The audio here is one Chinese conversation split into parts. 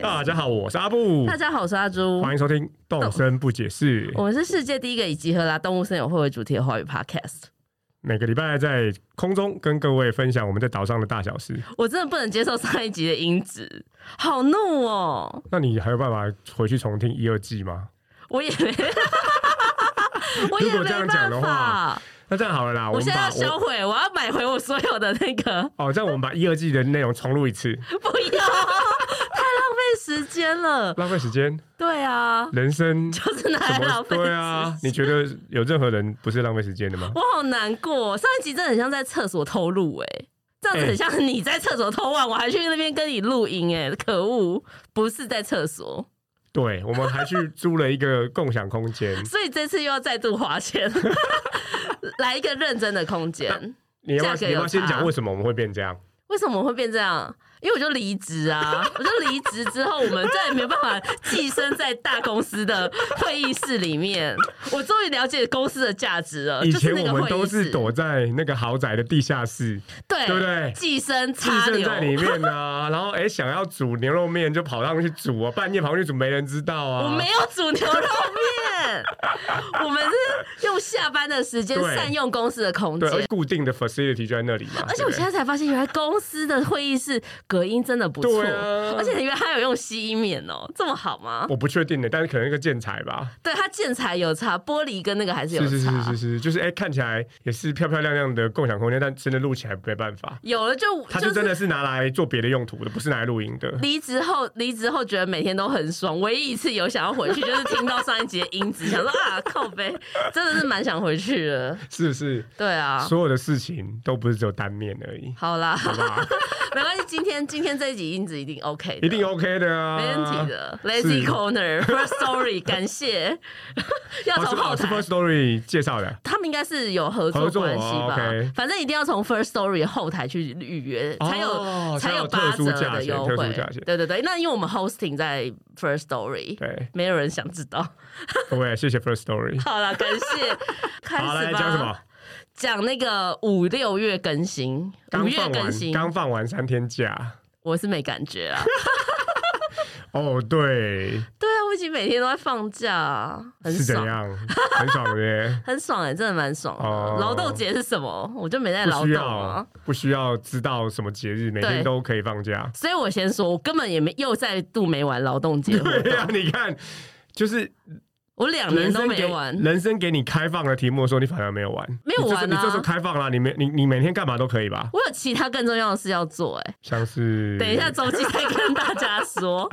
大家好，我是阿布。 大家好，我是阿朱。 欢迎收听《动声不解释》。 我们是世界第一个以集合啦动物森友会为主题的华语 podcast。 每个礼拜在空中跟各位分享我们在岛上的大小事。 我真的不能接受上一集的音质，好怒哦！ 那你还有办法回去重听1、2季吗？ 我也没，我也没办法。 那这样好了啦， 我现在要销毁，我要买回我所有的那个。 哦，这样我们把1、2季的内容重录一次。 不要，太浪费时间了。 浪费时间？ 对啊， 人生就是拿来浪费时间。 对啊，你觉得有任何人不是浪费时间的吗？ 我好难过，上一集真的很像在厕所偷录这样子很像你在厕所偷玩，我还去那边跟你录音可恶，不是在厕所。 对，我们还去租了一个共享空间， 所以这次又要再度花钱来一个认真的空间。 你要不要先讲为什么我们会变这样？ 为什么会变这样？因为我就离职啊！我就离职之后，我们再也没有办法寄生在大公司的会议室里面。我终于了解公司的价值了。 以前我们都是躲在那个豪宅的地下室，对不对？ 寄生插流在里面啊，然后想要煮牛肉面就跑上去煮啊，半夜跑上去煮没人知道啊。 我没有煮牛肉面，我们是用下班的时间善用公司的空间， 对，固定的 facility 就在那里嘛。 而且我现在才发现，原来公司的会议室隔音真的不错，而且原来它有用吸音棉这么好吗？ 我不确定的，但是可能那个建材吧。 对，它建材有差，玻璃跟那个还是有差。 是，就是看起来也是漂漂亮亮的共享空间，但真的录起来没办法。 有了它就真的是拿来做别的用途的，不是拿来录音的。 离职后觉得每天都很爽，唯一一次有想要回去就是听到上一集的音质，想说啊靠北，真的是蛮想回去的， 是不是？ 对啊， 所有的事情都不是只有单面而已。 好啦， 好吧。 没关系，今天这一集音质一定 OK 的， 一定 OK 的啊， 没问题的。Lazy Corner First Story 感谢，要从后台是 First Story 介绍的， 他们应该是有合作关系吧？ OK， 反正一定要从 First Story 后台去预约，才有8折的优惠。对，那因为我们 hosting 在 First Story， 对，没有人想知道。 对，谢谢 First Story。 好了，感谢。开始吧。 好，来讲什么？ 讲那个5、6月更新，5月更新， 刚放完3天假， 我是没感觉啊。 哦，对啊，我已经每天都在放假，很爽。 是怎样？很爽的很爽真的蛮爽的。劳动节是什么？我就没在劳动啊， 不需要知道什么节日，每天都可以放假。 所以我先说，我根本也又再度没玩劳动节活动。 对啊，你看，就是我2年都没玩。 人生给你开放的题目的时候，你反而没有玩， 没有玩啊。 你这时候开放啦，你每天干嘛都可以吧？ 我有其他更重要的事要做像是等一下周记再跟大家说，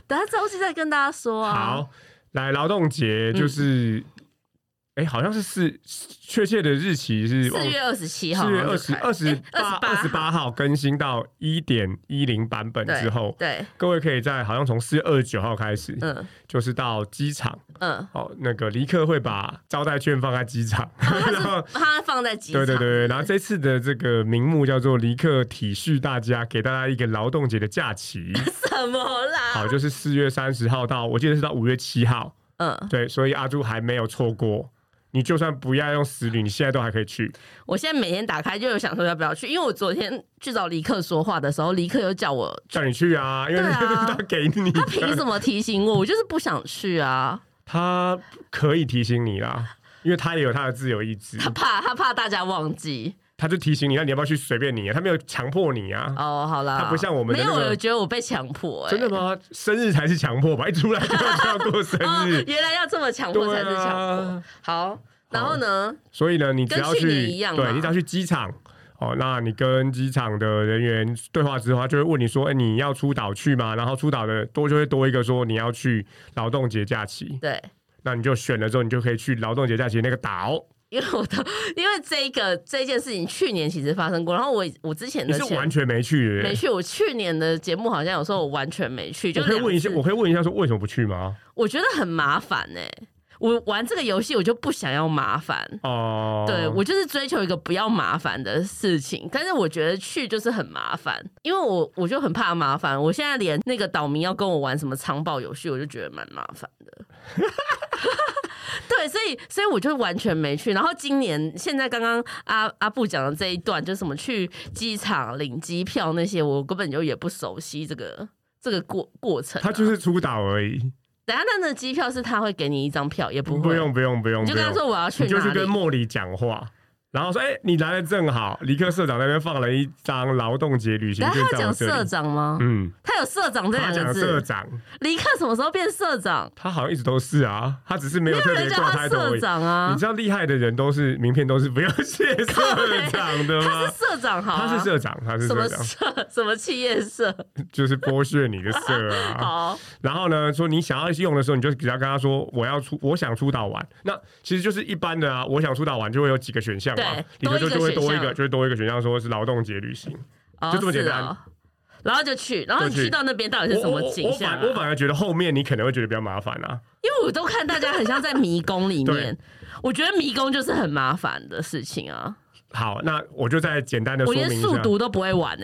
好，来劳动节就是。好像是确切的日期是 4月27号 ，4月28号更新到 1.10 版本之后， 对， 各位可以在好像从4月29号开始，就是到机场，那个离客会把招待券放在机场， 然后他放在机场， 对，然后这次的这个名目叫做离客体恤大家，给大家一个劳动节的假期， 什么啦？ 好，就是4月30号到我记得是到5月7号，对，所以阿朱还没有错过。你就算不要用时旅，你现在都还可以去。 我现在每天打开就有想说要不要去，因为我昨天去找李克说话的时候，李克有叫你去啊，因为他给你， 他凭什么提醒我？我就是不想去啊。 他可以提醒你啦，因为他也有他的自由意志。 他怕大家忘记。 他就提醒你，那你要不要去？随便你啊，他没有强迫你啊。 好啦， 他不像我们、 没有，我觉得我被强迫。 真的吗？生日才是强迫吧？一出来就要过生日， 原来要这么强迫才是强迫。好，然后呢？ 所以呢，你只要去， 对， 你只要去机场那你跟机场的人员对话之后，他就会问你说：“你要出岛去吗？”然后出岛的就会多一个说你要去劳动节假期。 对， 那你就选了之后，你就可以去劳动节假期那个岛。 因为这件事情去年其实发生过，然后我之前的你是完全没去， 没去。我去年的节目好像有时候我完全没去， 我可以问一下说为什么不去吗？ 我觉得很麻烦我玩这个游戏我就不想要麻烦对，我就是追求一个不要麻烦的事情，但是我觉得去就是很麻烦，因为我就很怕麻烦。我现在连那个岛民要跟我玩什么藏宝游戏，我就觉得蛮麻烦的。对，所以我就完全没去。然后今年现在刚刚阿布讲的这一段，就是什么去机场领机票那些，我根本就也不熟悉这这个过程、 他就是出岛而已。 等下，那机票是他会给你一张票，也不会， 不用， 你就跟他说我要去哪里， 你就去跟茉莉讲话。然后说，你来的正好，李克社长那边放了一张劳动节旅行券。 他讲社长吗？他有社长这两个字。 他讲社长。 李克什么时候变社长？ 他好像一直都是啊，他只是没有特别挂抬头而已。 社长啊， 你知道厉害的人都是名片都是不要写社长的吗？ 他是社长，好， 他是社长，他是社长。 什么企业社？ 就是剥削你的社啊。 好。 然后呢，说你想要用的时候，你就只要跟他说我想出岛玩。那其实就是一般的啊，我想出岛玩就会有几个选项嘛，里头就会多一个选项，说是劳动节旅行，就这么简单。 然后就去，然后你去到那边到底是什么景象？ 我反而觉得后面你可能会觉得比较麻烦啊， 因为我都看大家很像在迷宫里面，我觉得迷宫就是很麻烦的事情啊。 好，那我就再简单的说明一下， 我连速读都不会玩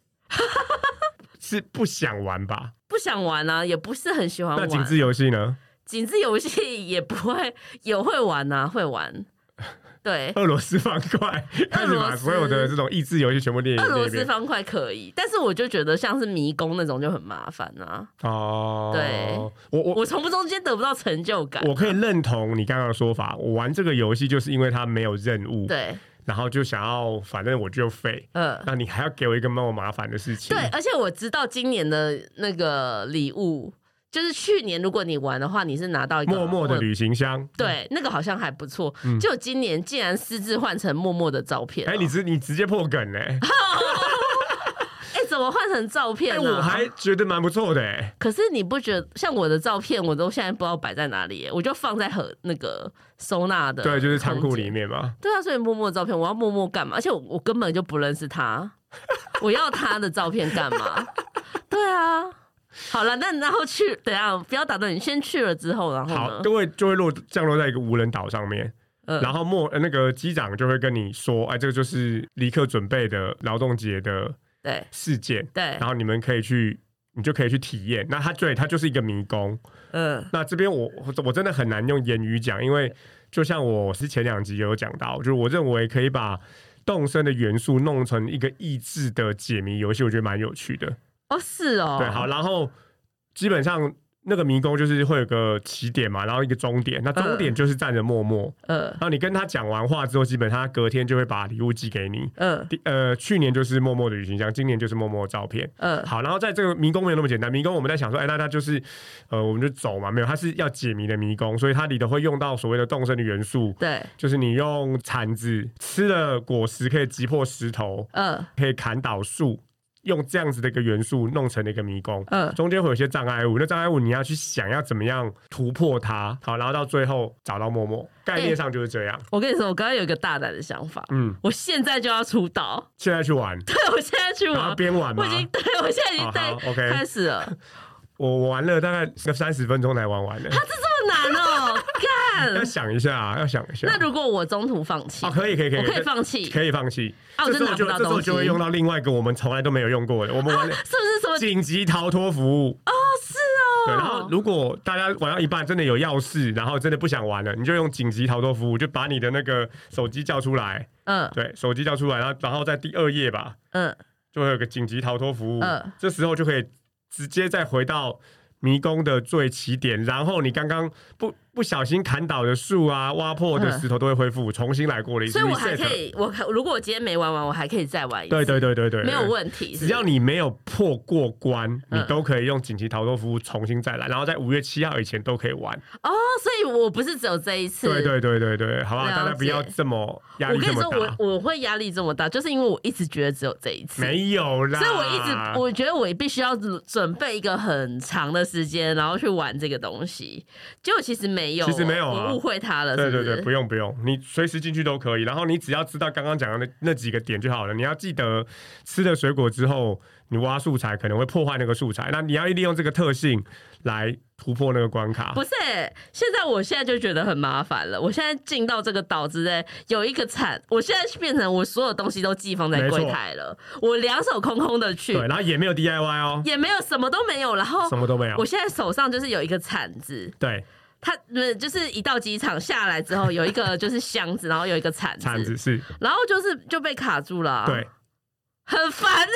是不想玩吧？ 不想玩啊，也不是很喜欢玩。 那井字游戏呢？ 井字游戏也不会，也会玩啊，会玩。对， 俄罗斯方块开始把所有的这种益智游戏全部列进去。 俄罗斯方块可以，但是我就觉得像是迷宫那种就很麻烦啊。哦，对，我从中间得不到成就感。 我可以认同你刚刚的说法，我玩这个游戏就是因为它没有任务。 对。 然后就想要，反正我就废。那你还要给我一个那么麻烦的事情。 对，而且我知道今年的那个礼物。就是去年如果你玩的话，你是拿到一个默默的旅行箱， 对，那个好像还不错。就今年竟然私自换成默默的照片， 你直接破梗嘞！ 怎么换成照片呢？ 我还觉得蛮不错的可是你不觉得像我的照片，我都现在不知道摆在哪里我就放在那个收纳的， 对，就是仓库里面嘛。 对啊，所以默默的照片我要默默干嘛？而且我根本就不认识他，我要他的照片干嘛？对啊。好了，那然后去，等一下不要打断你，先去了之后，然后呢？ 好，就会降落在一个无人岛上面，然后那个机长就会跟你说，这个就是李克准备的劳动节的事件， 对， 然后你们可以去，你就可以去体验。那它就是一个迷宫，那这边我真的很难用言语讲，因为就像我是前2集有讲到，就是我认为可以把动森的元素弄成一个益智的解谜游戏，我觉得蛮有趣的。 是哦， 对，好，然后基本上那个迷宫就是会有个起点嘛，然后一个终点，那终点就是站着默默，然后你跟他讲完话之后，基本上他隔天就会把礼物寄给你，去年就是默默的旅行箱，今年就是默默的照片，好，然后在这个迷宫没有那么简单，迷宫我们在想说，那它就是我们就走嘛，没有，它是要解谜的迷宫，所以它里头会用到所谓的动森的元素， 对， 就是你用铲子吃了果实可以击破石头，可以砍倒树。用这样子的一个元素弄成了一个迷宫，中间会有一些障碍物，那障碍物你要去想要怎么样突破它，好，然后到最后找到默默，概念上就是这样。 我跟你说，我刚刚有一个大胆的想法，我现在就要出岛， 现在去玩， 对，我现在去玩， 然后边玩吗？ 我现在已经在 OK 开始了。 我玩了大概30分钟才玩完的， 它这么难哦，干！ 要想一下。 那如果我中途放弃， 可以， 我可以放弃， 可以放弃。 这时候就会用到另外一个我们从来都没有用过的，我们玩的是不是什么紧急逃脱服务？ 是哦。 对，然后如果大家玩到一半真的有要事，然后真的不想玩了，你就用紧急逃脱服务，就把你的那个手机叫出来，对，手机叫出来，然后在第2页吧，就会有个紧急逃脱服务，这时候就可以直接再回到迷宫的最起点，然后你刚刚不小心砍倒的树啊、挖破的石头都会恢复，重新来过了一次。 所以我还可以，如果我今天没玩完，我还可以再玩一次。 对， 没有问题。 只要你没有破过关，你都可以用紧急逃脱服务重新再来，然后在5月7号以前都可以玩。 所以我不是只有这一次。 对，好吧，大家不要这么压力这么大。 我跟你说，我会压力这么大，就是因为我一直觉得只有这一次。 没有啦。 所以我觉得我必须要准备一个很长的时间，然后去玩这个东西。结果其实没有，我误会他了。 对，不用，你随时进去都可以。然后你只要知道刚刚讲的那几个点就好了。你要记得吃了水果之后，你挖素材可能会破坏那个素材，那你要利用这个特性来突破那个关卡。 不是，我现在就觉得很麻烦了。我现在进到这个岛之内有一个铲，我现在变成我所有东西都寄放在柜台了，我2手空空的去， 对，然后也没有 DIY 哦， 也没有，什么都没有，然后什么都没有。 我现在手上就是有一个铲子， 对。 它就是一到机场下来之后有一个就是箱子，然后有一个铲子， 是， 然后就被卡住了， 对， 很烦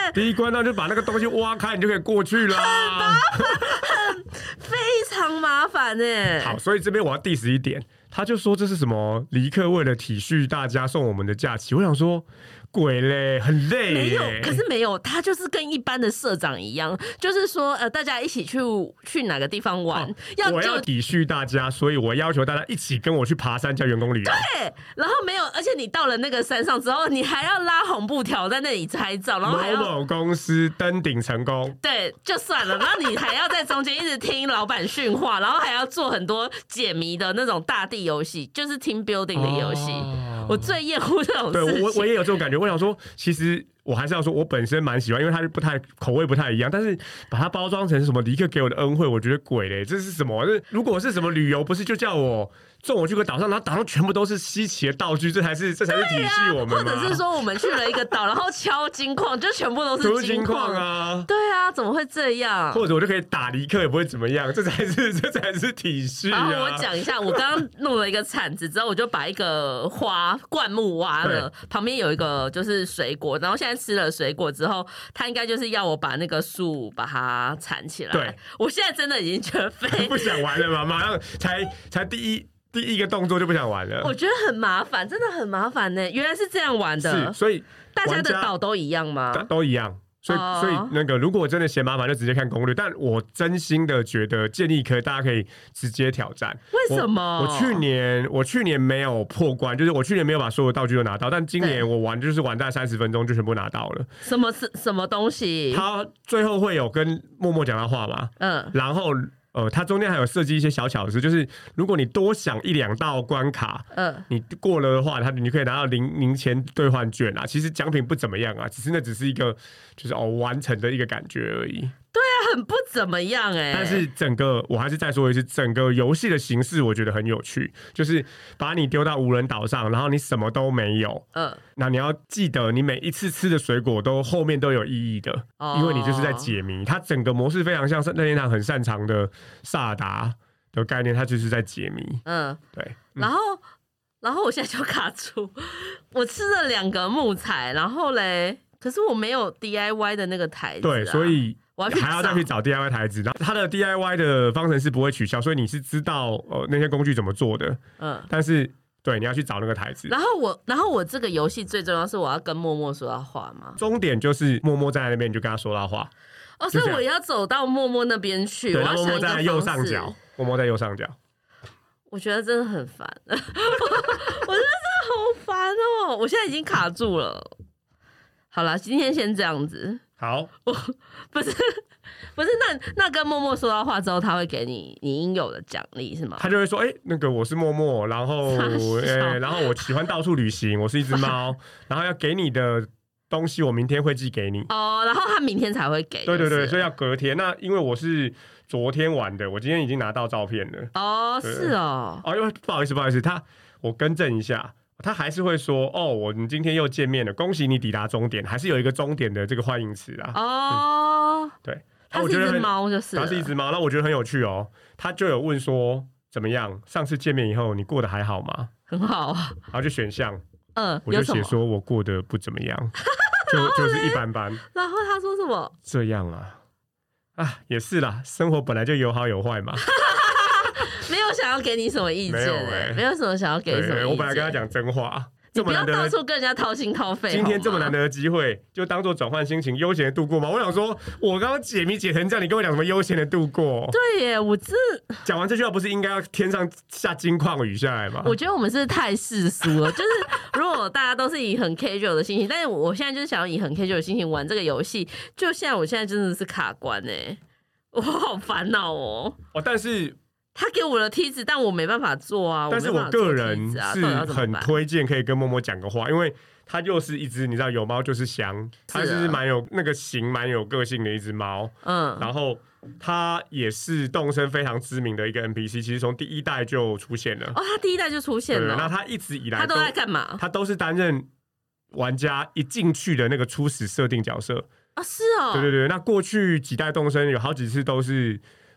第一关那就把那个东西挖开，你就可以过去了。 很麻烦，非常麻烦哎。 好，所以这边我要diss一点，他就说这是什么离克为了体恤大家送我们的假期，我想说。鬼嘞，很累。 没有，可是没有，他就是跟一般的社长一样，就是说，大家一起去哪个地方玩， 我要体恤大家，所以我要求大家一起跟我去爬山，叫员工旅游。 对，然后没有，而且你到了那个山上之后，你还要拉红布条在那里拍照，然后还要某某公司登顶成功。 对，就算了，然后你还要在中间一直听老板训话，然后还要做很多解谜的那种大地游戏，就是 team building 的游戏。我最厌恶这种事情。 对，我也有这种感觉。我想说，其实我还是要说，我本身蛮喜欢，因为它口味不太一样。但是把它包装成什么离克给我的恩惠，我觉得鬼嘞，这是什么？如果是什么旅游，不是就叫我送我去个岛上，然后岛上全部都是稀奇的道具，这才是体恤我们吗？ 或者是说我们去了一个岛，然后敲金矿，就全部都是金矿啊？ 对啊，怎么会这样？ 或者我就可以打离克也不会怎么样，这才是体恤啊！ 然后我讲一下，我刚刚弄了一个铲子之后，我就把一个灌木挖了，旁边有一个就是水果，然后现在吃了水果之后，他应该就是要我把那个树把它铲起来。 对， 我现在真的已经觉得不想玩了嘛，马上才第一个动作就不想玩了。 我觉得很麻烦，真的很麻烦呢。原来是这样玩的， 是，所以大家的岛都一样吗？ 都一样。所以那个，如果真的嫌麻烦，就直接看攻略。但我真心的觉得，建议大家可以直接挑战。 为什么？ 我去年没有破关，就是我去年没有把所有道具都拿到，但今年我玩就是玩大概30分钟就全部拿到了。 什么东西？ 他最后会有跟默默讲的话嘛？然后。它中间还有设计一些小巧思，就是如果你多想1-2道关卡，你过了的话，你可以拿到零钱兑换券啊。其实奖品不怎么样啊，只是一个就是完成的一个感觉而已。 对啊，很不怎么样哎。 但是我还是再说一次，整个游戏的形式我觉得很有趣，就是把你丢到无人岛上，然后你什么都没有，那你要记得你每一次吃的水果后面都有意义的，因为你就是在解谜。它整个模式非常像任天堂很擅长的萨达的概念，它就是在解谜。对。 然后我现在就卡住，我吃了2个木材，然后嘞，可是我没有 DIY 的那个台子。 对，所以还要再去找 DIY 台子。然后它的 DIY 的方程式不会取消，所以你是知道那些工具怎么做的。但是对，你要去找那个台子。 然后我这个游戏最重要是我要跟默默说到话吗？ 终点就是默默在那边，你就跟他说到话。 所以我要走到默默那边去。 对， 默默在右上角。默默在右上角。 我觉得真的很烦，我觉得真的好烦哦！我现在已经卡住了。好啦，今天先这样子。 好， 不是，那跟默默说到话之后，他会给你应有的奖励是吗？ 他就会说，那个我是默默，然后我喜欢到处旅行，我是一只猫，然后要给你的东西，我明天会寄给你。 然后他明天才会给。 对，所以要隔天。那因为我是昨天玩的，我今天已经拿到照片了。 是哦。 因为不好意思，我更正一下。他还是会说我们今天又见面了，恭喜你抵达终点，还是有一个终点的这个欢迎词啊。对， 它是一只猫，就是它是一只猫。那我觉得很有趣哦。他就有问说怎么样？上次见面以后你过得还好吗？ 很好啊。 然后就选项，我就写说我过得不怎么样，就是一般般。 然后他说什么？ 这样啊，也是啦，生活本来就有好有坏嘛。 没有想要给你什么意见，没有什么想要给你什么意见。 我本来跟他讲真话， 你不要到处跟人家掏心掏肺。 今天这么难得的机会，就当做转换心情，悠闲的度过嘛。我想说，我刚刚解谜解成这样，你跟我讲什么悠闲的度过？ 对耶，我讲完这句话，不是应该要天上下金矿雨下来吗？ 我觉得我们是太世俗了，就是如果大家都是以很 casual 的心情，但是我现在就是想要以很 casual 的心情玩这个游戏，我现在真的是卡关哎，我好烦恼哦。 但是。 他给我的梯子，但我没办法做啊。 但是我个人是很推荐可以跟默默讲个话，因为它就是一只你知道有猫就是香，它是蛮有那个型蛮有个性的一只猫。然后它也是动森非常知名的一个 NPC， 其实从第1代就出现了。 它第1代就出现了。 那它一直以来它都在干嘛？ 它都是担任玩家一进去的那个初始设定角色。 是哦。 对，那过去几代动森有好几次都是。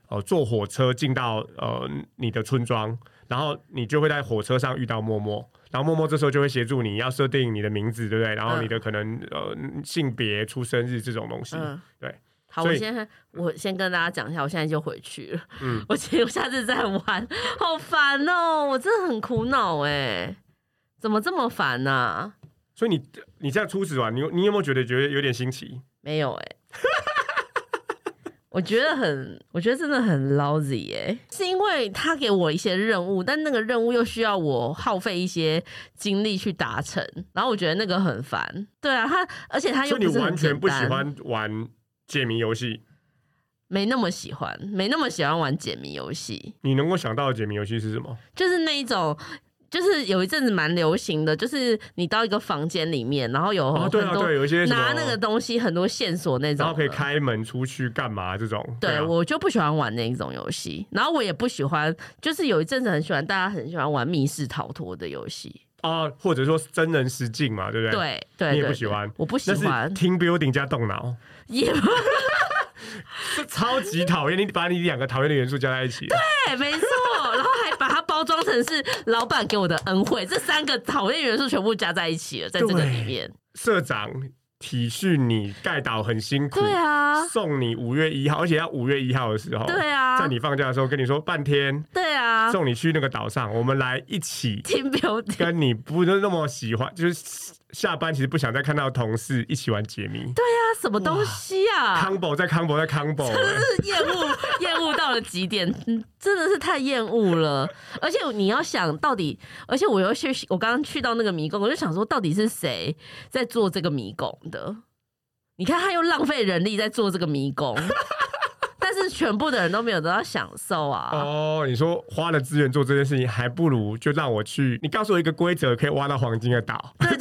坐火车进到你的村庄，然后你就会在火车上遇到默默，然后默默这时候就会协助你要设定你的名字，对不对？然后你的可能性别、出生日这种东西，对。 好，我先跟大家讲一下，我现在就回去了。我下次再玩，好烦哦！我真的很苦恼哎，怎么这么烦啊？ 所以你这样初始玩，你有没有觉得有点新奇？ 没有哎。我觉得真的很 lousy 是因为他给我一些任务，但那个任务又需要我耗费一些精力去达成，然后我觉得那个很烦。对啊，而且他又不是很简单。所以你完全不喜欢玩解谜游戏？ 没那么喜欢玩解谜游戏。 你能够想到的解谜游戏是什么？ 就是那一种。就是有一阵子蛮流行的，就是你到一个房间里面，然后有很多有一些拿那个东西很多线索那种， 然后可以开门出去干嘛这种。 对，我就不喜欢玩那种游戏，然后我也不喜欢，就是有一阵子大家很喜欢玩密室逃脱的游戏啊，或者说真人实境嘛，对不对？ 对， 你也不喜欢， 我不喜欢。 Team Building 加动脑， 也这超级讨厌，你把你两个讨厌的元素加在一起。 对，没错，然后还把它包装成是老板给我的恩惠，这3个讨厌元素全部加在一起了，在这个里面。 社长体恤你盖岛很辛苦， 对啊， 送你5月1号，而且要5月1号的时候， 对啊， 在你放假的时候跟你说半天， 对啊， 送你去那个岛上，我们来一起 team building， 跟你不是那么喜欢，就是下班其实不想再看到同事一起玩解谜。 对啊，什么东西啊 ？combo 再 combo 再 combo， 真的是厌恶到了极点，真的是太厌恶了。而且你要想到底，而且我刚刚去到那个迷宫，我就想说，到底是谁在做这个迷宫的？你看，他又浪费人力在做这个迷宫，但是全部的人都没有得到享受啊！ 哦，你说花了资源做这件事情，还不如就让我去，你告诉我一个规则，可以挖到黄金的岛。 对，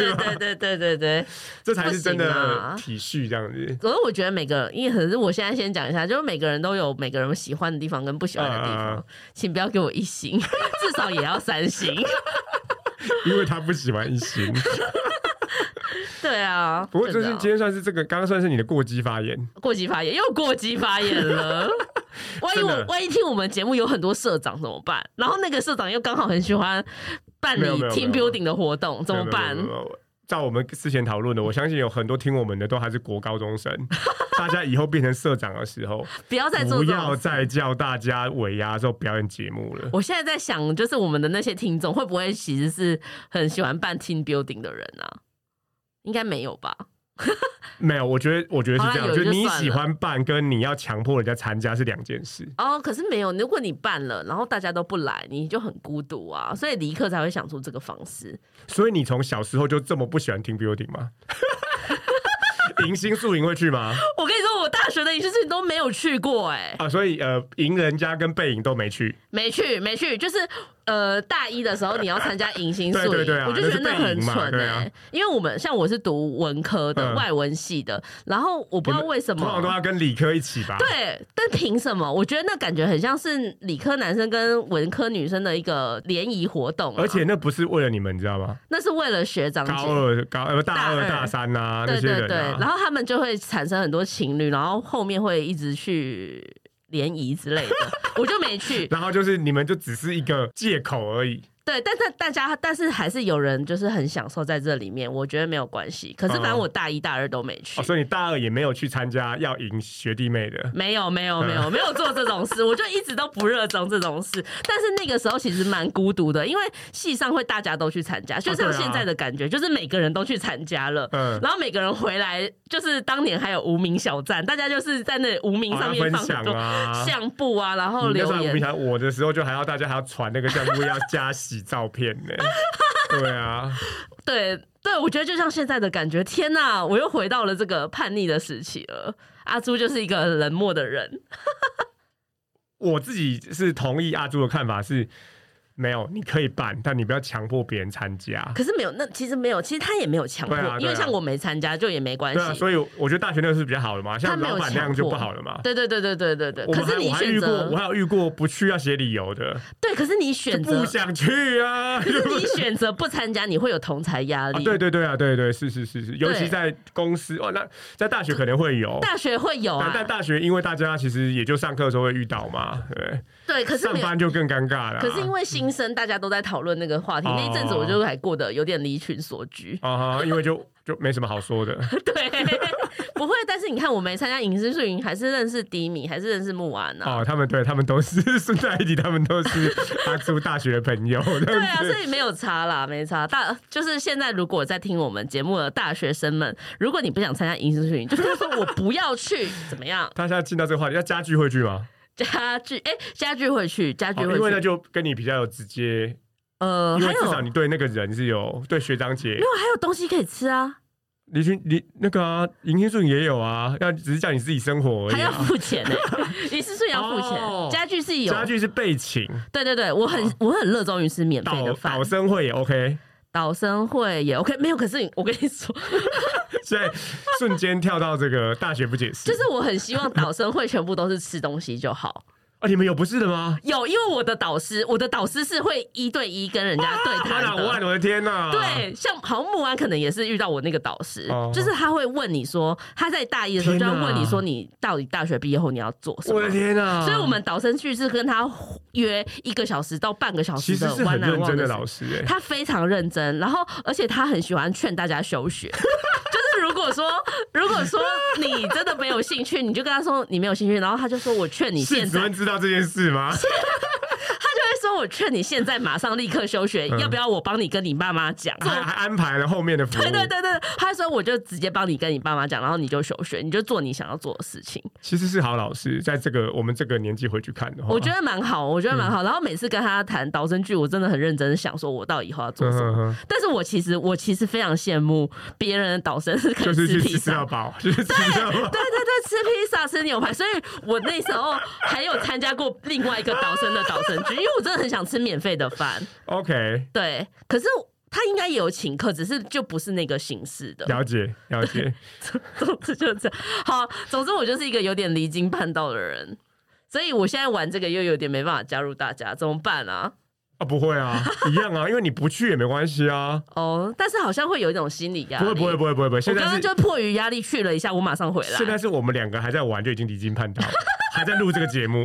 这才是真的体恤这样子。 可是我觉得可是我现在先讲一下，就是每个人都有每个人喜欢的地方跟不喜欢的地方，请不要给我1星，至少也要3星， 因为他不喜欢1星。 对啊， 不过今天算是刚刚算是你的过激发言， 又过激发言了。万一听我们节目有很多社长怎么办？然后那个社长又刚好很喜欢办理 team building 的活动，怎么办？ 照我们之前讨论的，我相信有很多听我们的都还是国高中生。大家以后变成社长的时候，不要再叫大家尾牙之后表演节目了。 我现在在想，就是我们的那些听众会不会其实是很喜欢办 team building 的人啊？应该没有吧？ 没有，我觉得是这样，就是你喜欢办跟你要强迫人家参加是2件事。 哦，可是没有，如果你办了，然后大家都不来，你就很孤独啊，所以尼克才会想出这个方式。 所以你从小时候就这么不喜欢听 building 吗？迎新宿营会去吗？ 我跟你说，我大学的迎新宿营都没有去过所以迎人家跟背影都没去， 就是大一的时候你要参加迎新宿营， 对啊， 我就觉得那很蠢因为我是读文科的外文系的，然后我不知道为什么通常都要跟理科一起吧？ 对，但凭什么？我觉得那感觉很像是理科男生跟文科女生的一个联谊活动而且那不是为了你们，你知道吗？ 那是为了学长姐大2、大3啊，那些人对，然后他们就会产生很多情侣，然后后面会一直去联谊之类的，我就没去。 然后就是你们就只是一个借口而已。 对，但是还是有人就是很享受在这里面，我觉得没有关系。可是反正我大1、大2都没去， 所以你大2也没有去参加要迎学弟妹的？ 没有做这种事，我就一直都不热衷这种事。但是那个时候其实蛮孤独的，因为系上会大家都去参加，就像现在的感觉，就是每个人都去参加了，然后每个人回来，就是当年还有无名小站，大家就是在那无名上面放很多相簿啊，然后留言。 我的时候就大家还要传那个相簿要加洗照片呢。对啊， 对，我觉得就像现在的感觉，天哪，我又回到了这个叛逆的时期了。阿朱就是一个冷漠的人。 我自己是同意阿朱的看法是， 没有，你可以办，但你不要强迫别人参加。 可是没有，那其实没有，其实他也没有强迫，因为像我没参加就也没关系。 对啊，所以我觉得大学那个是比较好的嘛，像老板那样就不好了嘛。 对。可是你选择， 我还有遇过不去要写理由的。 对，可是你选择不想去啊。 可是你选择不参加，你会有同侪压力。 对，是，尤其在公司哦，那在大学可能会有， 大学会有啊， 但大学因为大家其实也就上课的时候会遇到嘛， 对，可是上班就更尴尬了。 可是因为新生大家都在讨论那个话题，那一阵子我就还过得有点离群索居啊，因为就没什么好说的。 对，不会。但是你看，我没参加影视宿营，还是认识迪米，还是认识木安啊。 哦，他们都是顺带一提，他们都是阿朱大学的朋友。 对啊，所以没有差啦，没差。就是现在，如果在听我们节目的大学生们，如果你不想参加影视宿营，就跟他说我不要去，怎么样？ 他现在进到这个话题，要家具会去吗？ 家具会去， 因为那就跟你比较有直接。因为至少你对那个人是有对学长姐， 没有还有东西可以吃啊。 你那个啊，迎新宿营也有啊，只是叫你自己生活而已， 还要付钱呢。迎新宿营要付钱，家具是有， 家具是备请。 对，我很热衷于吃免费的饭。 导生会也 OK， 导生会也 OK， 没有。可是我跟你说， 现在瞬间跳到这个大学不解释， 就是我很希望导生会全部都是吃东西就好。 啊，你们有不是的吗？ 有，因为我的导师是会1对1跟人家对谈的。 我的天哪！ 对，像好像木安可能也是遇到我那个导师，就是他会问你说，他在大一的时候就要问你说，你到底大学毕业后你要做什么？ 我的天哪！ 所以我们导生去是跟他约1个小时到半个小时的弯难忘的老师， 他非常认真，然后而且他很喜欢劝大家休学。就是如果说你真的没有兴趣，你就跟他说你没有兴趣，然后他就说我劝你现在知道这件事吗？ 他就会说我劝你现在马上立刻休学，要不要我帮你跟你爸妈讲？ 还安排了后面的服务。 对，他说我就直接帮你跟你爸妈讲，然后你就休学，你就做你想要做的事情。 其实是好老师，在我们这个年纪回去看的话， 我觉得蛮好。然后每次跟他谈导生剧，我真的很认真想说我到底以后要做什么。但是我其实非常羡慕别人的导生是可以吃披萨， 到饱，对，吃披萨吃牛排。所以我那时候还有参加过另外一个导生的导生剧，因为我真的很想吃免费的饭。 OK， 对，可是他应该也有请客，只是就不是那个形式的。 了解。 总之就这样。好，总之我就是一个有点离经叛道的人，所以我现在玩这个又有点没办法加入大家，怎么办啊？ 不会啊，一样啊，因为你不去也没关系啊。 但是好像会有一种心理压力。 不会。我刚刚就迫于压力去了一下，我马上回来。 现在是我们2个还在玩，就已经离经叛道，还在录这个节目。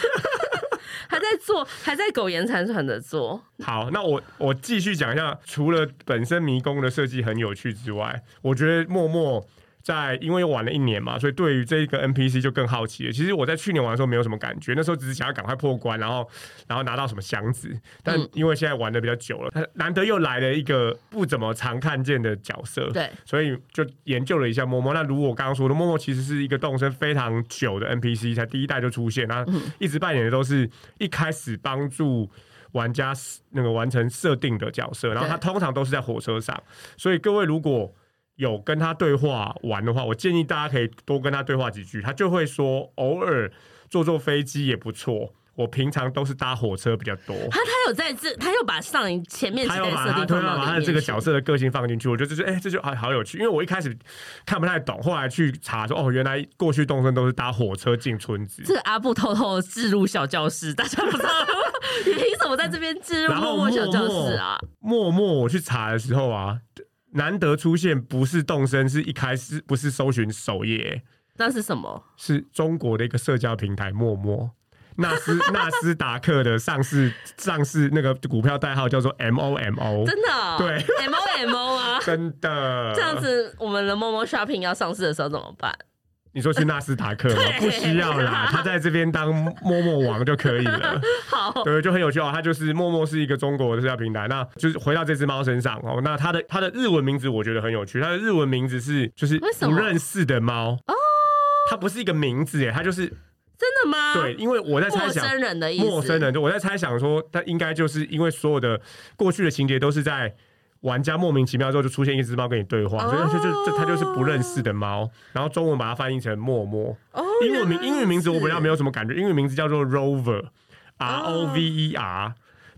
还在苟延残喘的做。 好，那我继续讲一下，除了本身迷宫的设计很有趣之外，我觉得默默因为玩了1年嘛，所以对于这个 NPC 就更好奇了。其实我在去年玩的时候没有什么感觉，那时候只是想要赶快破关，然后拿到什么箱子。但因为现在玩的比较久了，难得又来了一个不怎么常看见的角色， 对， 所以就研究了一下默默。那如我刚刚说的，默默其实是一个动身非常久的 NPC， 才第1代就出现，那一直扮演的都是一开始帮助玩家那个完成设定的角色，然后他通常都是在火车上，所以各位如果有跟他对话玩的话，我建议大家可以多跟他对话几句，他就会说偶尔坐飞机也不错。我平常都是搭火车比较多。他有把前面几代设定放到里面去， 他把他这个角色的个性放进去，我觉得这就好有趣。因为我一开始看不太懂，后来去查说原来过去动森都是搭火车进村子。 这个阿布偷偷置入小教室，大家不知道你凭什么在这边置入默默小教室啊？ 默默我去查的时候啊，难得出现不是动森，是一开始不是搜寻首页， 那是什么？是中国的一个社交平台默默。纳斯达克的上市那个股票代号叫做 MOMO， 真的、哦？ 对 ，MOMO 啊， 真的。 这样子，我们的Momo Shopping 要上市的时候怎么办？ 你说去纳斯达克吗？不需要啦，他在这边当默默王就可以了。 好， 对，就很有趣哦。他就是默默是一个中国的社交平台，那就是回到这只猫身上哦。那它的日文名字我觉得很有趣，它的日文名字是就是不认识的猫哦，它不是一个名字耶，它就是。 真的吗？ 对，因为我在猜想陌生人的意思， 陌生人，我在猜想说，他应该就是因为所有的过去的情节都是在玩家莫名其妙之后就出现一只猫跟你对话，所以它就是不认识的猫，然后中文把它翻译成默默。英语名字我比较没有什么感觉，英语名字叫做 Rover， ROVER。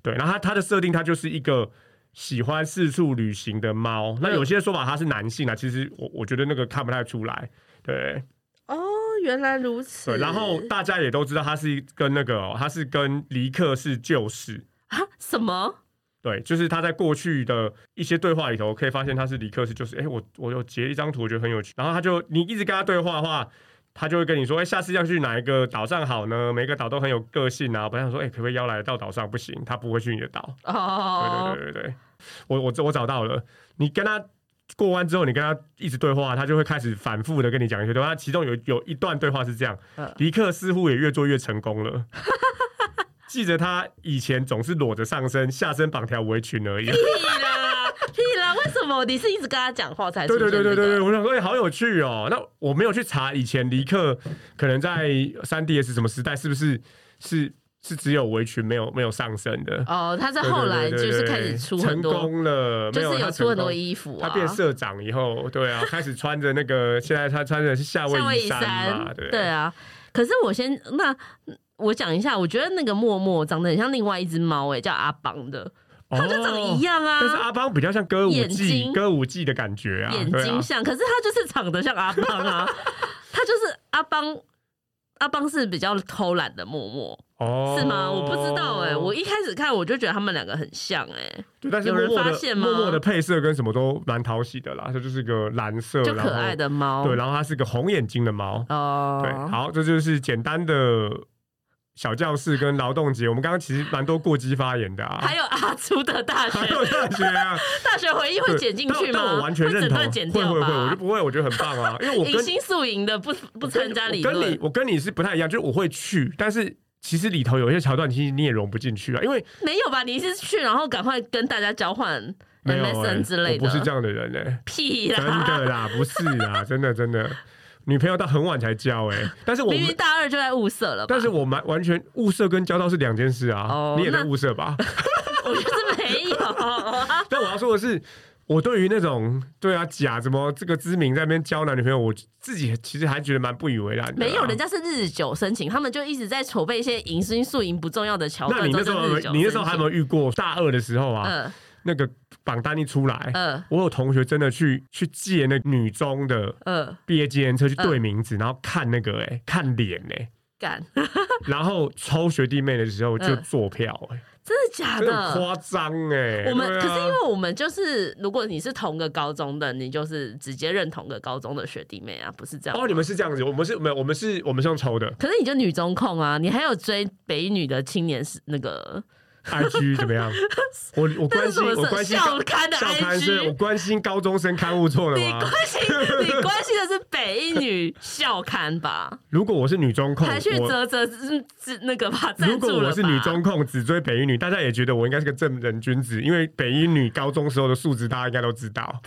对，然后它的设定，它就是一个喜欢四处旅行的猫。那有些说法它是男性啊，其实我觉得那个看不太出来。对， 哦，原来如此。 对，然后大家也都知道，它是跟它是跟黎克是旧识啊？什么？ 对，就是他在过去的一些对话里头，可以发现他是黎克是，就是我有截一张图，我觉得很有趣。然后你一直跟他对话的话，他就会跟你说，下次要去哪一个岛上好呢？每个岛都很有个性啊。我想说，可不可以邀来到岛上？不行，他不会去你的岛。哦，对，我找到了。你跟他过弯之后，你跟他一直对话，他就会开始反复的跟你讲一些对话。其中有一段对话是这样：黎克似乎也越做越成功了。记着他以前总是裸着上身，下身绑条围裙而已。屁啦！为什么你是一直跟他讲话才出现、这个？ 对，我想说，好有趣哦。那我没有去查以前黎克可能在3DS 什么时代是不是只有围裙没有上身的？ 哦，他是后来就是开始出很多成功了， 就是有出很多衣服他变社长以后，对啊，开始穿着那个现在他穿的是夏威夷衫嘛，对啊。可是我讲一下，我觉得那个默默长得很像另外一只猫，叫阿邦的，它就长得一样啊。 但是阿邦比较像歌舞伎的感觉啊， 眼睛像，可是他就是长得像阿邦啊，他就是阿邦是比较偷懒的默默，是吗？我不知道我一开始看我就觉得他们两个很像对，但是有人发现吗？ 默默的配色跟什么都蛮讨喜的啦，它就是个蓝色， 就可爱的猫， 对，然后它是个红眼睛的猫，对，好，这就是简单的小教室跟劳动节，我们刚刚其实蛮多过激发言的啊， 还有阿朱的大学， 还有大学啊， 大学回忆会剪进去吗？ 但我完全认同，会，我就不会，我觉得很棒啊，因为我迎新宿营的不参加理论， 我跟你是不太一样，就是我会去，但是其实里头有一些桥段，其实你也融不进去啊，因为没有吧？你是去然后赶快跟大家交换 MSN 之类的， 我不是这样的人屁啦， 真的啦，不是啦，真的。女朋友到很晚才交但是我明明大二就在物色了吧， 但是我完全物色跟交到是两件事啊，你也在物色吧？ 我觉得没有。 但我要说的是，我对于那种假怎么这个知名在那边交男女朋友，我自己其实还觉得蛮不以为然的。 没有，人家是日久生情，他们就一直在筹备一些迎新宿营不重要的桥段。 那你那时候还有没有遇过大二的时候啊？那个榜单一出来，我有同学真的去借那女中的毕业纪念册去对名字，然后看那个看脸干， 然后抽学弟妹的时候就做票真的假的？ 夸张可是因为我们就是如果你是同个高中的，你就是直接认同个高中的学弟妹啊，不是这样？ 你们是这样子，我们是没有，我们是用抽的。 可是你就女中控啊，你还有追北一女的青年那个。 IG 怎么样？我关心校刊的 IG， 我关心高中生刊物错了吗？ 你关心的是北一女校刊吧？ 如果我是女中控， 还去泽那个吧？ 如果我是女中控，只追北一女，大家也觉得我应该是个正人君子，因为北一女高中时候的素质大家应该都知道。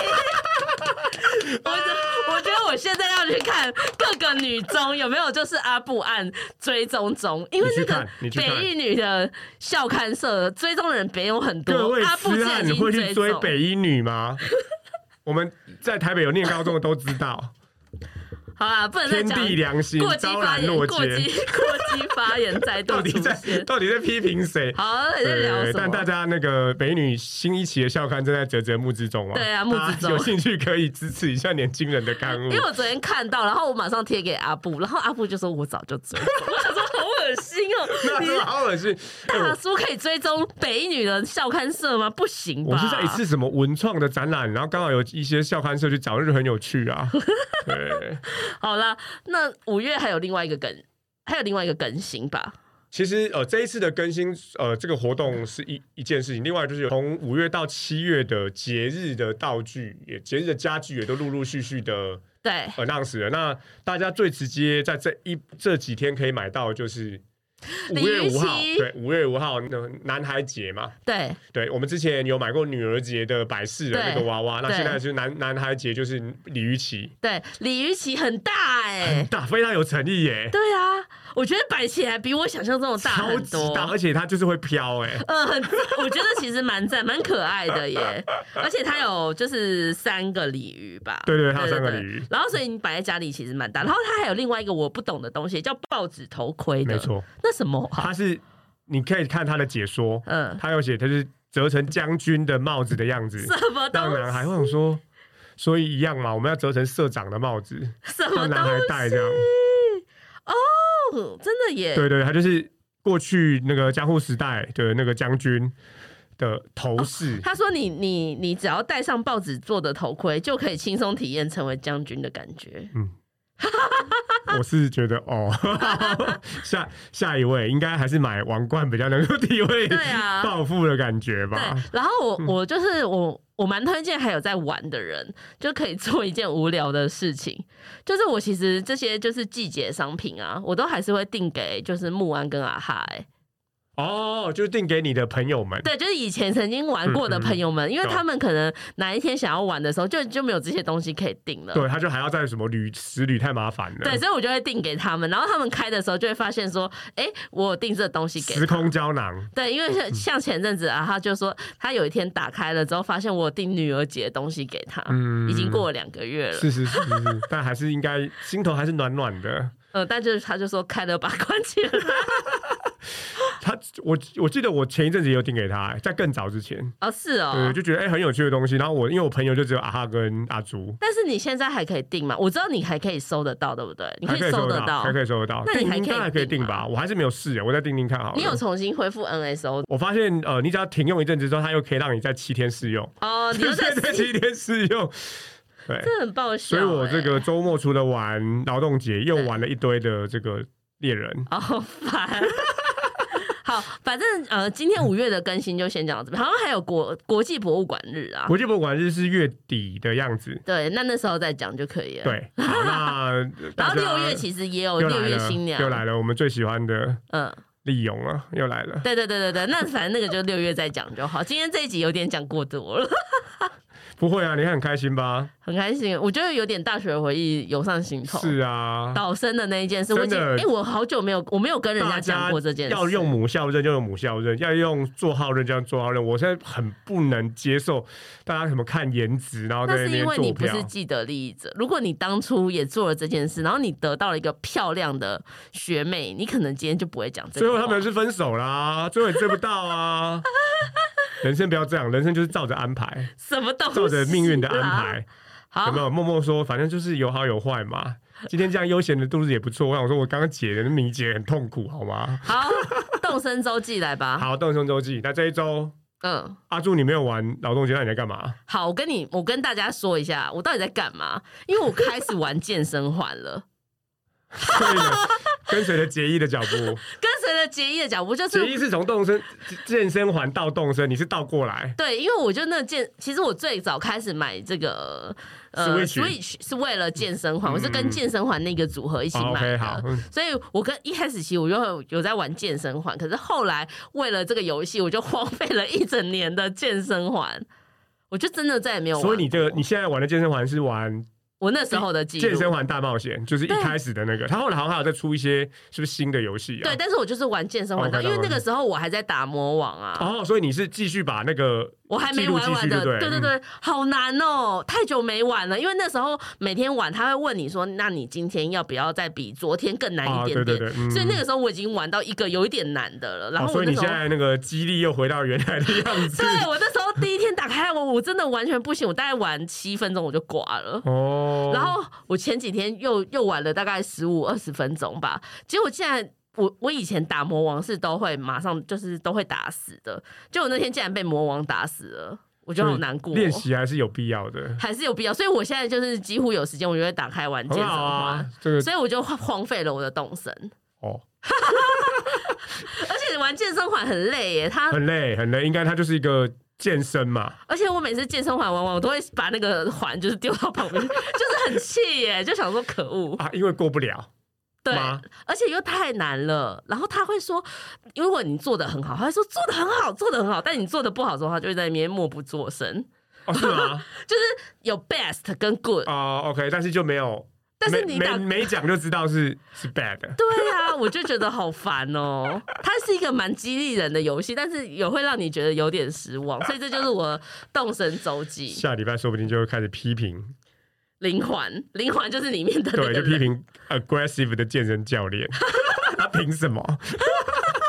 我觉得我现在要去看各个女中有没有就是阿布案追踪中，因为那个北一女的校刊社追踪的人别有很多。 各位痴汉，你会去追北一女吗？我们在台北有念高中的都知道。 好啦，不能再讲天地良心， 过激发言，过激发言再度出现， 到底在批评谁？ 好，在聊什么？ 但大家那个北女新一期的校刊正在啧募之中对啊，募之中， 有兴趣可以支持一下年轻人的刊物。 因为我昨天看到，然后我马上贴给阿布，然后阿布就说我早就追踪，我想说好恶心那好恶心！ 大叔可以追踪北一女的校刊社吗？不行吧？ 我是在一次什么文创的展览，然后刚好有一些校刊社去找，就很有趣啊。对。 好啦，那5月还有另外一个更新吧。 其实这一次的更新这个活动是一件事情，另外就是从5月到7月的节日的道具节日的家具也都陆陆续续的announce了。那大家最直接在这几天可以买到就是5月5号，对，5月5号男孩节嘛，对，我们之前有买过女儿节的百事的那个娃娃，那现在是男孩节就是鲤鱼旗， 对，鲤鱼旗很大很大，非常有诚意耶。 对啊，我觉得摆起来比我想象中的大很多， 超级大，而且它就是会飘我觉得其实蛮赞，蛮可爱的耶，而且它有就是3个鲤鱼吧， 对，它有3个鲤鱼， 然后所以你摆在家里其实蛮大，然后它还有另外一个我不懂的东西，叫报纸头盔的， 没错。 那什么它是你可以看他的解说，他有写他是折成将军的帽子的样子， 什么东西？ 让男孩，我想说，所以一样嘛，我们要折成社长的帽子，让男孩戴这样。 哦，真的耶！ 对对，他就是过去那个江户时代的那个将军的头饰。 他说你只要戴上报纸做的头盔，就可以轻松体验成为将军的感觉。 我是觉得下一位应该还是买王冠比较能够体会暴富的感觉吧。 对，然后我就是我蛮推荐还有在玩的人，就可以做一件无聊的事情，就是我其实这些就是季节商品啊，我都还是会订给就是木安跟阿哈就是订给你的朋友们， 对，就是以前曾经玩过的朋友们，因为他们可能哪一天想要玩的时候，就没有这些东西可以订了。 对，他就还要再什么时旅太麻烦了。 对，所以我就会订给他们，然后他们开的时候就会发现说，我有订这东西给他时空胶囊。 对，因为像前阵子啊，他就说他有一天打开了之后，发现我有订女儿节的东西给他，已经过了2个月了。 是，但还是应该心头还是暖暖的。 但他就说开了把关起来。 我记得我前一阵子也有订给他，在更早之前。 是哦， 对，就觉得很有趣的东西。然后因为我朋友就只有阿哈跟阿朱， 但是你现在还可以订吗？我知道你还可以收得到，对不对？你可以收得到， 还可以收得到。 那你还可以订吧？我还是没有试，我再订订看好了。 你有重新恢复 NSO？ 我发现你只要停用一阵子之后，它又可以让你在7天试用。 你又在 7天试用。对， 这很爆笑。 所以我这个周末除了玩劳动节，又玩了一堆的这个猎人。 好烦。好，反正今天5月的更新就先讲到这边，好像还有国际博物馆日啊。 国际博物馆日是月底的样子。 对，那时候再讲就可以了。 对，好，那然后6月其实也有6月新娘又来了，我们最喜欢的丽勇啊，又来了。 对，那反正那个就6月再讲就好。今天这一集有点讲过多了。 不会啊，你很开心吧？ 很开心，我觉得有点大学回忆涌上心头。 是啊， 导生的那一件事，我好久没有跟人家讲过这件事。 要用母校任就用母校任，要用座号任就用座号任。我现在很不能接受大家什么看颜值，然后在那边做票。 那是因为你不是既得利益者。如果你当初也做了这件事，然后你得到了一个漂亮的学妹，你可能今天就不会讲这个。 最后他们是分手啦，最后也追不到啊。人生不要这样，人生就是照着安排， 什么东西？ 照着命运的安排。有没有默默说，反正就是有好有坏嘛。今天这样悠闲的度日也不错。我想说，我刚刚解的谜解很痛苦，好吗？ 好，动身周记来吧。 好，动身周记。那这一周，阿朱你没有玩劳动节，那你在干嘛？ 好，我跟大家说一下，我到底在干嘛？因为我开始玩健身环了。 所以呢，跟随着杰伊的脚步， 就是杰伊是从健身环到动身，你是倒过来。 对，因为我就其实我最早开始买这个Switch 是为了健身环，我是跟健身环那个组合一起买的。所以我一开始其实我就有在玩健身环，可是后来为了这个游戏，我就荒废了1整年的健身环，我就真的再也没有玩过。 所以你现在玩的健身环是玩？ 我那时候的记录， 健身环大冒险就是一开始的那个，他后来好像还有再出一些是不是新的游戏啊？ 对，但是我就是玩健身环，因为那个时候我还在打魔王啊。 所以你是继续把那个我还没玩完的，对，好难哦，太久没玩了。因为那时候每天玩，他会问你说，那你今天要不要再比昨天更难一点点？对，所以那个时候我已经玩到一个有一点难的了。然后所以你现在那个肌力又回到原来的样子。 对，我那时候第一天打开我真的完全不行，我大概玩7分钟我就挂了。然后我前几天又玩了大概15-20分钟吧，结果竟然我以前打魔王是都会马上就是都会打死的，结果那天竟然被魔王打死了，我觉得好难过。 练习还是有必要的， 所以我现在就是几乎有时间我就会打开玩健身环，所以我就荒废了我的动身。而且玩健身环很累耶，很累， 应该它就是一个健身嘛。 而且我每次健身环玩完，我都会把那个环就是丢到旁边，就是很气耶，就想说可恶啊，因为过不了。 对，而且又太难了。然后他会说，如果你做的很好，他会说做的很好，做的很好。但你做的不好的时候，他就会在那边默不作声。 是吗？ 就是有 best 跟 good OK， 但是就没有。但是你没讲就知道是 bad。 对啊，我就觉得好烦哦。它是一个蛮激励人的游戏，但是也会让你觉得有点失望，所以这就是我动身周记。 下礼拜说不定就会开始批评灵环就是里面的那个人， 对，就批评 aggressive 的健身教练，他凭什么？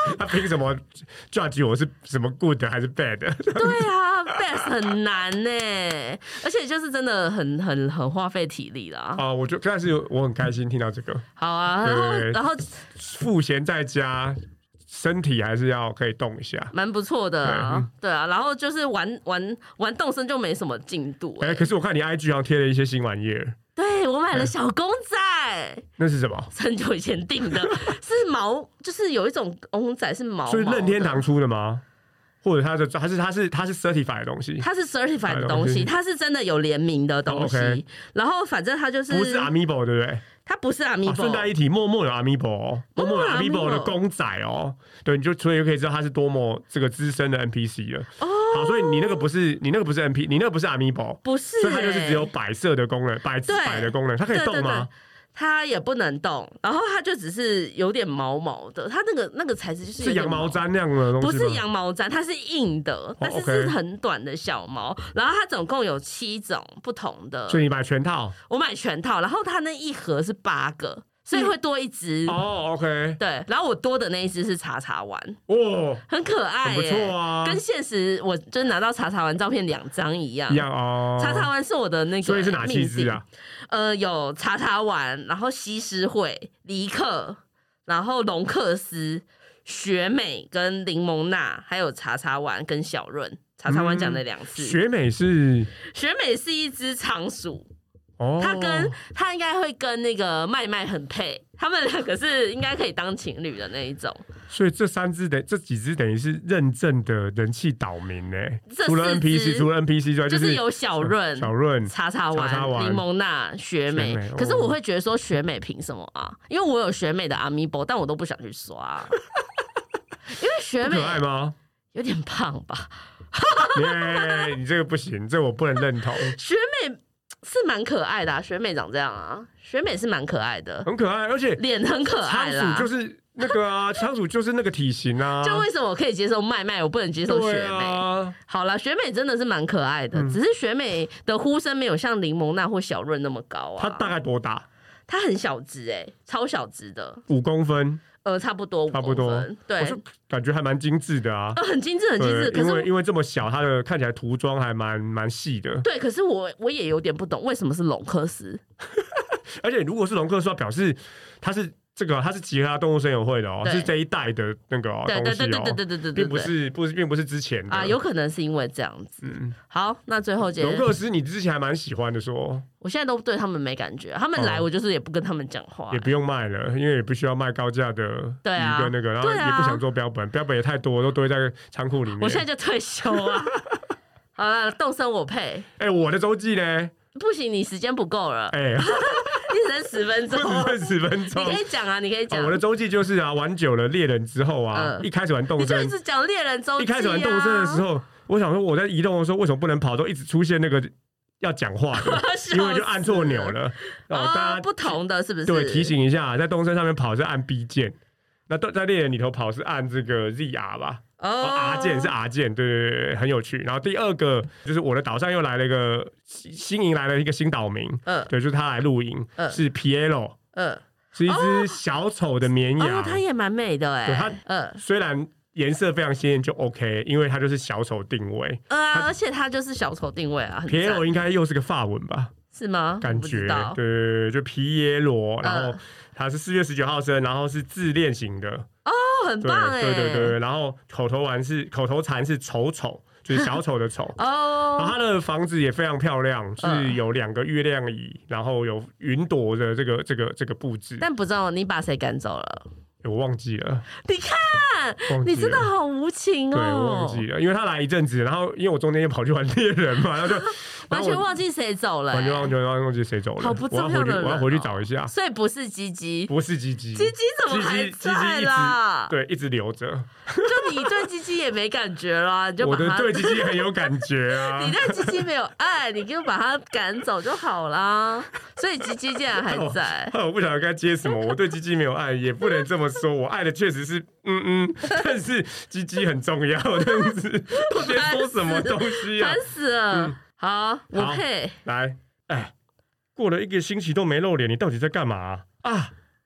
他凭什么 judge 我是什么 good 还是 bad？ 对啊 ，best 很难呢，而且就是真的很花费体力啦。 我觉得但是我很开心听到这个。 好啊，然后赋闲在家。身体还是要可以动一下， 蛮不错的啊，对啊，然后就是玩动森就没什么进度。 可是我看你 IG 上贴了一些新玩意儿。 对，我买了小公仔。 那是什么？ 很久以前订的，是毛，就是有一种公仔是毛毛的。 所以任天堂出的吗？或者它是 certified 的东西？ 它是 certified 的东西，它是真的有联名的东西。然后反正它就是不是 Amiibo 对不对？ 它不是 Amiibo。 顺带一提，默默有 Amiibo， 默默有 Amiibo 的公仔哦。对，所以就可以知道他是多么这个资深的 NPC 了。好，所以你那个不是 NP， 你那个不是 Amiibo， 不是， 所以它就是只有摆设的功能，摆的功能，它可以动吗？ 它也不能动，然后它就只是有点毛毛的，它那个材质就是羊毛毡那样的东西吗？ 不是羊毛毡，它是硬的，但是是很短的小毛。然后它总共有7种不同的， 所以你买全套？ 我买全套，然后它那一盒是8个。所以会多一只 OK， 对，然后我多的那一只是茶茶丸，很可爱， 很不错啊， 跟现实我就拿到茶茶丸照片2张一样哦。 茶茶丸是我的那个， 所以是哪7只啊？ 有茶茶丸，然后西施惠、黎克，然后龙克斯、雪美跟柠檬娜，还有茶茶丸跟小润。茶茶丸讲了2次， 雪美是一只仓鼠。他应该会跟那个麦麦很配，他们2个是应该可以当情侣的那一种。 所以这几只等于是认证的人气岛民呢。除了 NPC 之外， 就是有小润、茶茶丸、柠檬娜、雪美。可是我会觉得说雪美凭什么啊？因为我有雪美的 Amiibo， 但我都不想去刷，因为雪美可爱吗？ 有点胖吧？ 你这个不行，这我不能认同。 雪美是蛮可爱的雪美长这样啊，雪美是蛮可爱的， 很可爱，而且脸很可爱啦。 仓鼠就是那个啊，仓鼠就是那个体型啊。 就为什么我可以接受麦麦，我不能接受雪美？好啦，雪美真的是蛮可爱的，只是雪美的呼声没有像柠檬娜或小润那么高啊。 它大概多大？ 它很小只超小只的 ，5公分。 差不多5公分，对， 感觉还蛮精致的啊， 很精致，很精致。可是因为这么小，它的看起来涂装还蛮细的。 对，可是我也有点不懂，为什么是龙克斯？ 而且如果是龙克斯，表示它是结合动物森友会的是这一代的那个东西对， 并不是之前的啊，有可能是因为这样子。好，那最后龙克斯，你之前还蛮喜欢的说。 我现在都对他们没感觉，他们来我就是也不跟他们讲话， 也不用卖了，因为也不需要卖高价的鱼跟那个，然后也不想做标本也太多，都堆在仓库里面。 我现在就退休啊。好了，动森我配。 我的周记呢？ 不行，你时间不够了。你剩10分钟， 只剩10分钟。 你可以讲啊，你可以讲。 我的周记就是玩久了猎人之后一开始玩动森， 你就一直讲猎人周记。 一开始玩动森的时候，我想说我在移动的时候为什么不能跑，都一直出现那个要讲话的，因为就按错钮了。 大家不同的是不是？ 对，提醒一下，在动森上面跑是按 B 键，那在猎人里头跑是按这个 ZR 吧。R 键是 R 键，对，很有趣。然后第2个就是我的岛上又来了一个新迎来了一个新岛民，对，就是他来露营，是 Piero，是一只小丑的绵羊， 它也蛮美的它虽然颜色非常鲜艳就 OK， 因为它就是小丑定位， 而且它就是小丑定位啊。 Piero 应该又是个法文吧？ 是吗？ 感觉对，就皮耶罗，然后他是4月19号生，然后是自恋型的。 很棒对，然后口头禅是丑，就是小丑的丑。然后他的房子也非常漂亮，是有2个月亮椅，然后有云朵的这个布置。 但不知道你把谁赶走了？ 我忘记了。 你看，你真的好无情哦。 对，我忘记了，因为他来一阵子，然后因为我中间又跑去玩猎人嘛，然后就完全忘记谁走了， 完全忘记谁走了。 好不重要的人， 我要回去找一下。 所以不是鸡鸡， 不是鸡鸡， 鸡鸡怎么还在啦？ 对，一直留着。 就你对鸡鸡也没感觉啦，你就把它。 我的对鸡鸡很有感觉啊。 你对鸡鸡没有爱，你就把它赶走就好啦。所以鸡鸡竟然还在。 我不晓得该接什么。我对鸡鸡没有爱，也不能这么说。我爱的确实是但是鸡鸡很重要，这样子。到底说什么东西啊？ 烦死了。好，我配来。过了1个星期都没露脸，你到底在干嘛啊？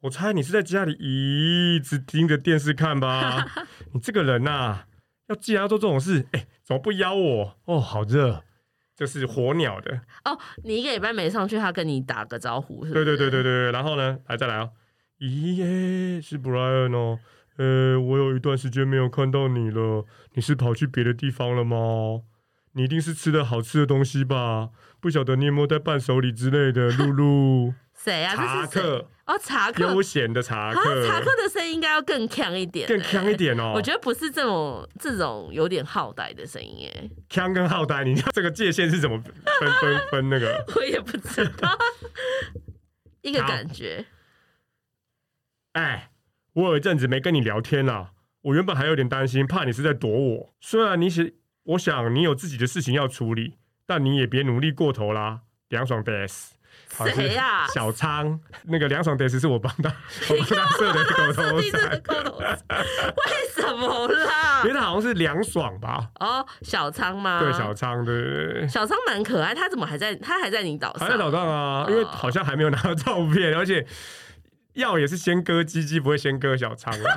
我猜你是在家里一直盯着电视看吧？你这个人啊，既然要做这种事，怎么不邀我？哦，好热，这是火鸟的哦。你1个礼拜没上去，他跟你打个招呼是不是？ 对。然后呢，再来哦。咦耶，是 Brian 哦。我有一段时间没有看到你了，你是跑去别的地方了吗？你一定是吃了好吃的东西吧？不晓得你有没有在伴手礼之类的，露露。 谁啊？ 茶客哦，茶客， 悠闲的茶客。 茶客的声音应该要更强一点， 更强一点哦。 我觉得不是这种有点好呆的声音耶。 强跟好呆，你这个界限是怎么分那个？ 我也不知道，一个感觉。 我有一阵子没跟你聊天了，我原本还有点担心，怕你是在躲我。虽然我想你有自己的事情要处理，但你也别努力过头啦。凉爽 des， 谁呀？ 小仓，那个凉爽 des 是我帮他设的口头禅。为什么啦？ 因为他好像是凉爽吧？ 哦，小仓吗？ 对，小仓，对。 小仓蛮可爱，他怎么还在？他还在你岛上？ 还在岛上啊，因为好像还没有拿到照片，而且药也是先割鸡鸡，不会先割小仓啊。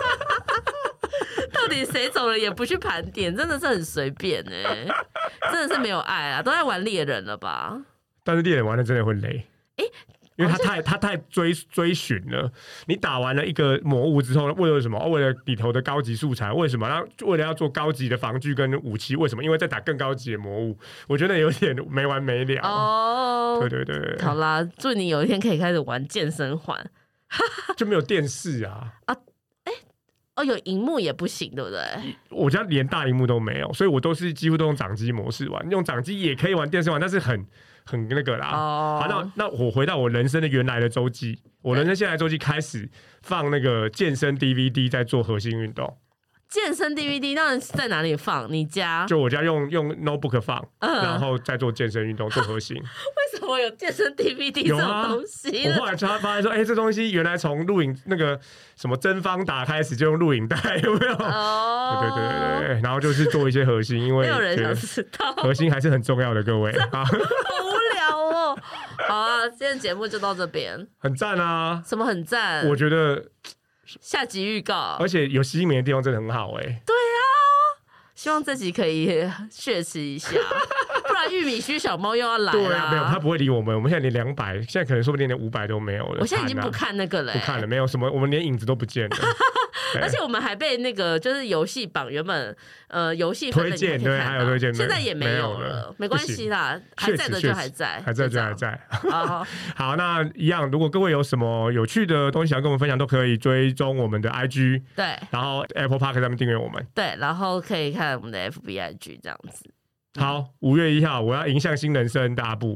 到底谁走了也不去盘点，真的是很随便哎，真的是没有爱啊，都在玩猎人了吧？但是猎人玩的真的会累，因为他太追寻了。你打完了一个魔物之后，为了什么？为了里头的高级素材，为什么？为了要做高级的防具跟武器，为什么？因为在打更高级的魔物，我觉得有点没完没了。哦，对。 好啦，祝你有一天可以开始玩健身环。 就没有电视啊？ 有荧幕也不行，对不对？ 我家连大荧幕都没有，所以我几乎都用掌机模式玩。用掌机也可以玩电视玩，但是很那个啦。好，那我回到我人生的原来的周记，我人生现在的周记开始放那个健身 DVD， 在做核心运动。 健身 DVD 那在哪里放？你家？ 就我家用 notebook 放，然后再做健身运动，做核心。 为什么有健身 DVD 这种东西？ 我后来发现说，这东西原来从录影那个什么真方打开始就用录影带，有没有？对。然后就是做一些核心，因为没有人想知道， 核心还是很重要的，各位。好无聊哦。好啊，今天节目就到这边。 很赞啊！ 什么很赞？ 我觉得。 下集预告， 而且有吸引的地方真的很好对啊，希望这集可以血吃一下，不然玉米须小猫又要来了。 对啊，没有，他不会理我们。我们现在连200，现在可能说不定连500都没有了。 我现在已经不看那个了， 不看了，没有什么，我们连影子都不见了。 而且我们还被那个就是游戏榜原本游戏推荐，对，还有推荐， 现在也没有了，没关系啦，还在的就还在， 还在。好，那一样，如果各位有什么有趣的东西想要跟我们分享，都可以追踪我们的 IG， 对， 然后 Apple Park 上面订阅我们， 对，然后可以看我们的 FB、IG 这样子。 好，5月1号我要迎向新人生的阿布。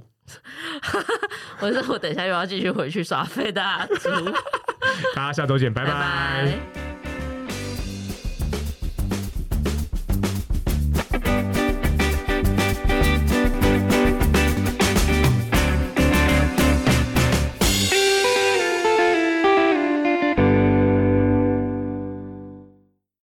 我等一下又要继续回去耍废的阿朱。 大家下周见，拜拜。